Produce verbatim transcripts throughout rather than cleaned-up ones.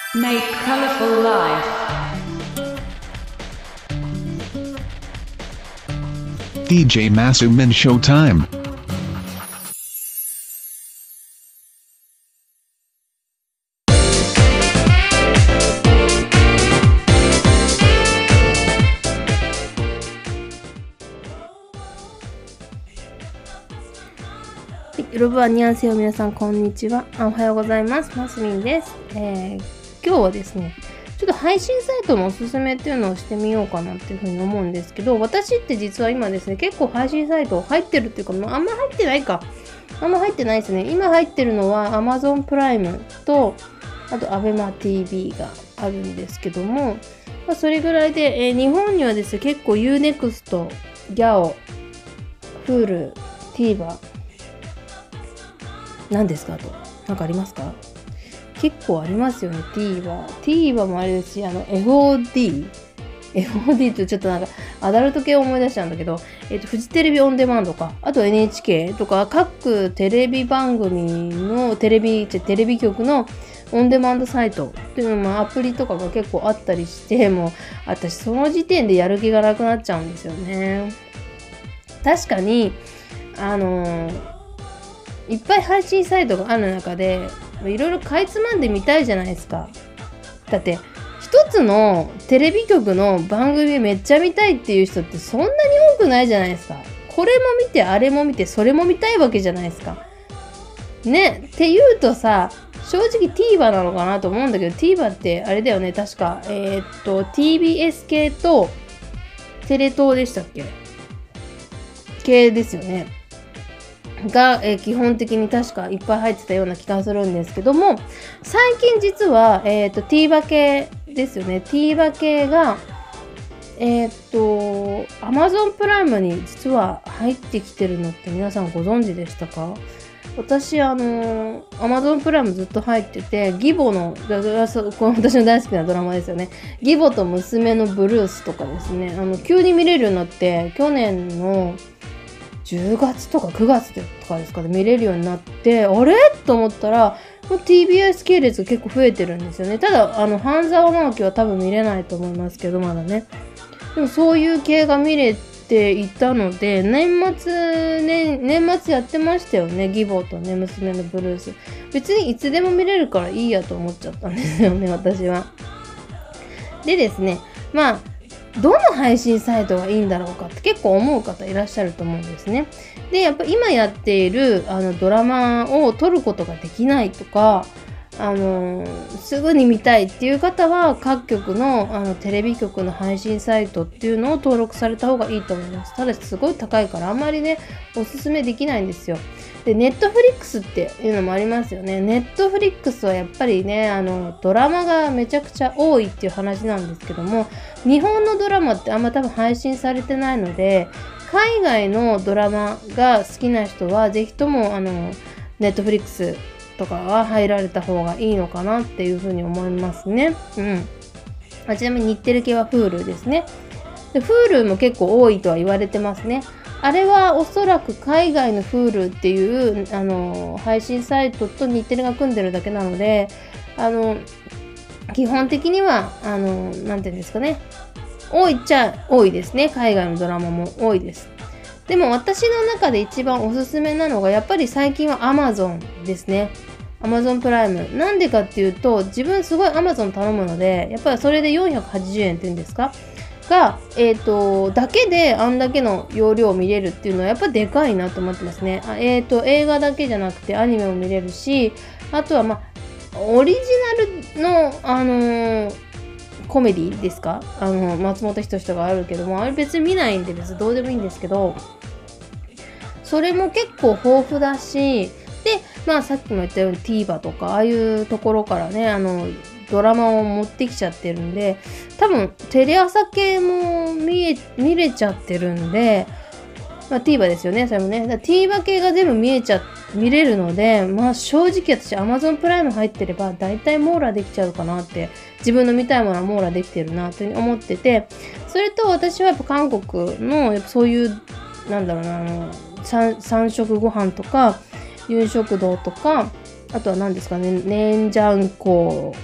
Make colorful life. D J Masumin Showtime. よろぶんにゃんせよ、皆さんこんにちは。あおはようございます。マスミンです、えー、今日はですねちょっと配信サイトのおすすめっていうのをしてみようかなっていうふうに思うんですけど、私って実は今ですね結構配信サイト入ってるっていうか、まあ、あんま入ってないかあんま入ってないですね。今入ってるのは Amazon プライムとあと アベマティービー があるんですけども、まあ、それぐらいで、えー、日本にはですね結構 ユーネクスト、ギャオ、Hulu、TVer何ですかと何かありますか？結構ありますよね。 TVer TVer もあれですし、あの エフオーディー エフオーディー ってちょっとなんかアダルト系を思い出しちゃうんだけど、えっと、フジテレビオンデマンドか、あと エヌエイチケー とか各テレビ番組のテレビテレビ局のオンデマンドサイトっていうのもアプリとかが結構あったりして、もう私その時点でやる気がなくなっちゃうんですよね。確かにあのーいっぱい配信サイトがある中でいろいろかいつまんでみたいじゃないですか。だって一つのテレビ局の番組めっちゃ見たいっていう人ってそんなに多くないじゃないですか。これも見てあれも見てそれも見たいわけじゃないですかね。っていうとさ、正直 TVer なのかなと思うんだけど、 TVer ってあれだよね、確かえー、っと ティービーエス 系とテレ東でしたっけ系ですよねが、えー、基本的に確かいっぱい入ってたような気がするんですけども、最近実は、えーと、TVer 系ですよね。TVer 系が、えっと、Amazon プライムに実は入ってきてるのって皆さんご存知でしたか？私、あのー、Amazon プライムずっと入ってて、義母の、この私の大好きなドラマですよね。義母と娘のブルースとかですね、あの、急に見れるようになって、去年のじゅうがつとかくがつとかですかね、見れるようになって、あれと思ったらもう ティービーエス 系列が結構増えてるんですよね。ただあの半沢直樹は多分見れないと思いますけど、まだね。でもそういう系が見れていたので、年末ね年末やってましたよね、義母とね娘のブルース。別にいつでも見れるからいいやと思っちゃったんですよね、私は。でですね、まあどの配信サイトがいいんだろうかって結構思う方いらっしゃると思うんですね。で、やっぱ今やっているあのドラマを撮ることができないとか、あのー、すぐに見たいっていう方は各局の、あのテレビ局の配信サイトっていうのを登録された方がいいと思います。ただしすごい高いからあんまりねおすすめできないんですよ。で、ネットフリックスっていうのもありますよね。ネットフリックスはやっぱりね、あのドラマがめちゃくちゃ多いっていう話なんですけども、日本のドラマってあんま多分配信されてないので、海外のドラマが好きな人はぜひともあのネットフリックスとかは入られた方がいいのかなっていうふうに思いますね。うん。あ、ちなみに日テレ系は Hulu ですね。で Hulu も結構多いとは言われてますね。あれはおそらく海外の Hulu っていうあの配信サイトと日テレが組んでるだけなので、あの基本的にはあのなんていうんですかね、多いっちゃ多いですね。海外のドラマも多いです。でも私の中で一番おすすめなのがやっぱり最近は Amazon ですね。Amazon プライム。なんでかっていうと、自分すごい Amazon 頼むので、やっぱりそれでよんひゃくはちじゅうえんっていうんですかが、えっと、だけであんだけの容量を見れるっていうのはやっぱでかいなと思ってますね。あえっと、映画だけじゃなくてアニメも見れるし、あとはまあ、オリジナルの、あのー、コメディですか、あの、松本人志とかあるけども、あれ別に見ないんで別にどうでもいいんですけど、それも結構豊富だし、で、まあさっきも言ったように TVer とか、ああいうところからね、あの、ドラマを持ってきちゃってるんで、多分テレ朝系も見え見れちゃってるんで、まあ、TVer ですよね、それもね。だ TVer 系が全部見えちゃ見れるので、まあ正直私 Amazon プライム入ってれば大体網羅できちゃうかなって、自分の見たいものは網羅できてるなというふうに思ってて、それと私はやっぱ韓国のやっぱそういうなんだろうな、あの三三食ご飯とかユン食堂とか、あとは何ですかね、ネンジャンコ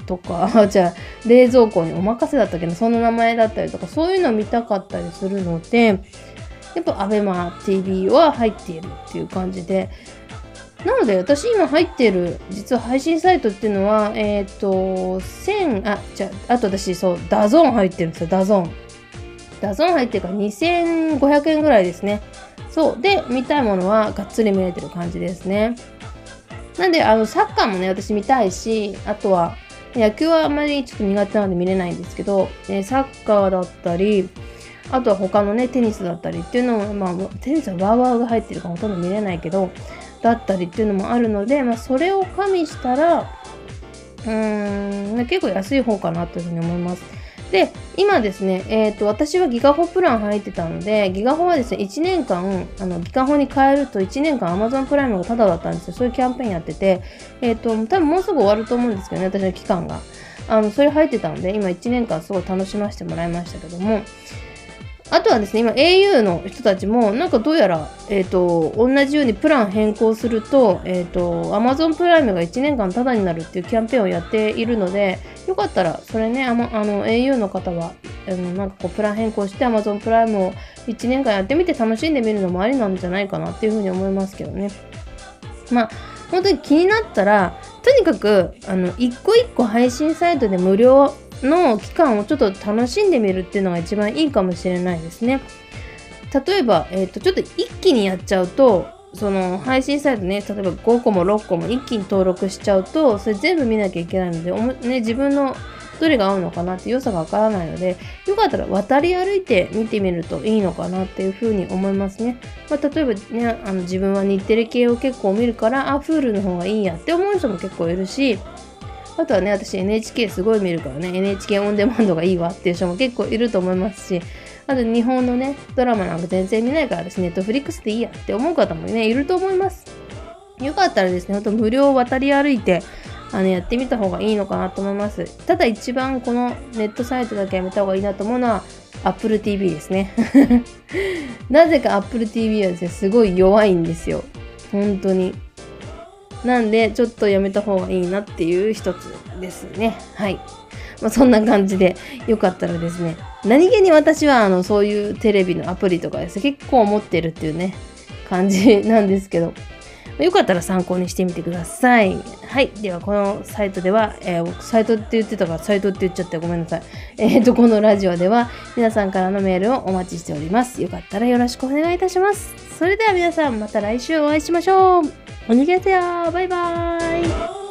とか、じゃあ冷蔵庫にお任せだったけどその名前だったりとか、そういうの見たかったりするので、やっぱアベマ ティービー は入っているっていう感じで、なので私今入っている実は配信サイトっていうのは、えっと、せん、あ、じゃあ、あと私そう、ダゾーン入ってるんですよ、ダゾーン。ダゾーン入ってるからにせんごひゃくえんぐらいですね。そう。で、見たいものはがっつり見れてる感じですね。なんで、あの、サッカーもね、私見たいし、あとは、野球はあんまりちょっと苦手なので見れないんですけど、えーサッカーだったり、あとは他のね、テニスだったりっていうのも、まあ、テニスはワーワーが入ってるからほとんど見れないけど、だったりっていうのもあるので、まあ、それを加味したら、うーん、結構安い方かなというふうに思います。で、今ですね、えっと、私はギガホプラン入ってたので、ギガホはですね、いちねんかん、あの、ギガホに変えるといちねんかん Amazon プライムがタダだったんですよ。そういうキャンペーンやってて、えっと、多分もうすぐ終わると思うんですけどね、私の期間が。あの、それ入ってたので、今いちねんかんすごい楽しませてもらいましたけども、あとはですね、今 エーユー の人たちも、なんかどうやら、えっと、同じようにプラン変更すると、えっと、Amazon プライムがいちねんかんタダになるっていうキャンペーンをやっているので、よかったら、それね、あの、あの エーユー の方は、あの、なんかこう、プラン変更して Amazon プライムをいちねんかんやってみて楽しんでみるのもありなんじゃないかなっていうふうに思いますけどね。まあ、本当に気になったら、とにかく、あの、一個一個配信サイトで無料の期間をちょっと楽しんでみるっていうのが一番いいかもしれないですね。例えば、えっと、ちょっと一気にやっちゃうと、その配信サイトね、例えばごこもろっこも一気に登録しちゃうと、それ全部見なきゃいけないので、おもね、自分のどれが合うのかなって良さがわからないので、よかったら渡り歩いて見てみるといいのかなっていうふうに思いますね。まあ、例えばね、あの自分は日テレ系を結構見るから、あ、Hulu の方がいいやって思う人も結構いるし、あとはね、私 エヌエイチケー すごい見るからね、エヌエイチケー オンデマンドがいいわっていう人も結構いると思いますし、あと日本のね、ドラマなんか全然見ないからですね、Netflix でいいやって思う方もね、いると思います。よかったらですね、ほんと無料渡り歩いて、あの、やってみた方がいいのかなと思います。ただ一番このネットサイトだけやめた方がいいなと思うのは、Apple ティーブイ ですね。なぜか Apple ティーブイ はですね、すごい弱いんですよ。本当に。なんで、ちょっとやめた方がいいなっていう一つですね。はい。まあ、そんな感じで、よかったらですね、何気に私は、あの、そういうテレビのアプリとかですね、結構持ってるっていうね、感じなんですけど、よかったら参考にしてみてください。はい。では、このサイトでは、えー、サイトって言ってたから、サイトって言っちゃってごめんなさい。えっと、このラジオでは、皆さんからのメールをお待ちしております。よかったらよろしくお願いいたします。それでは皆さん、また来週お会いしましょう。おにげせよ。バイバーイ。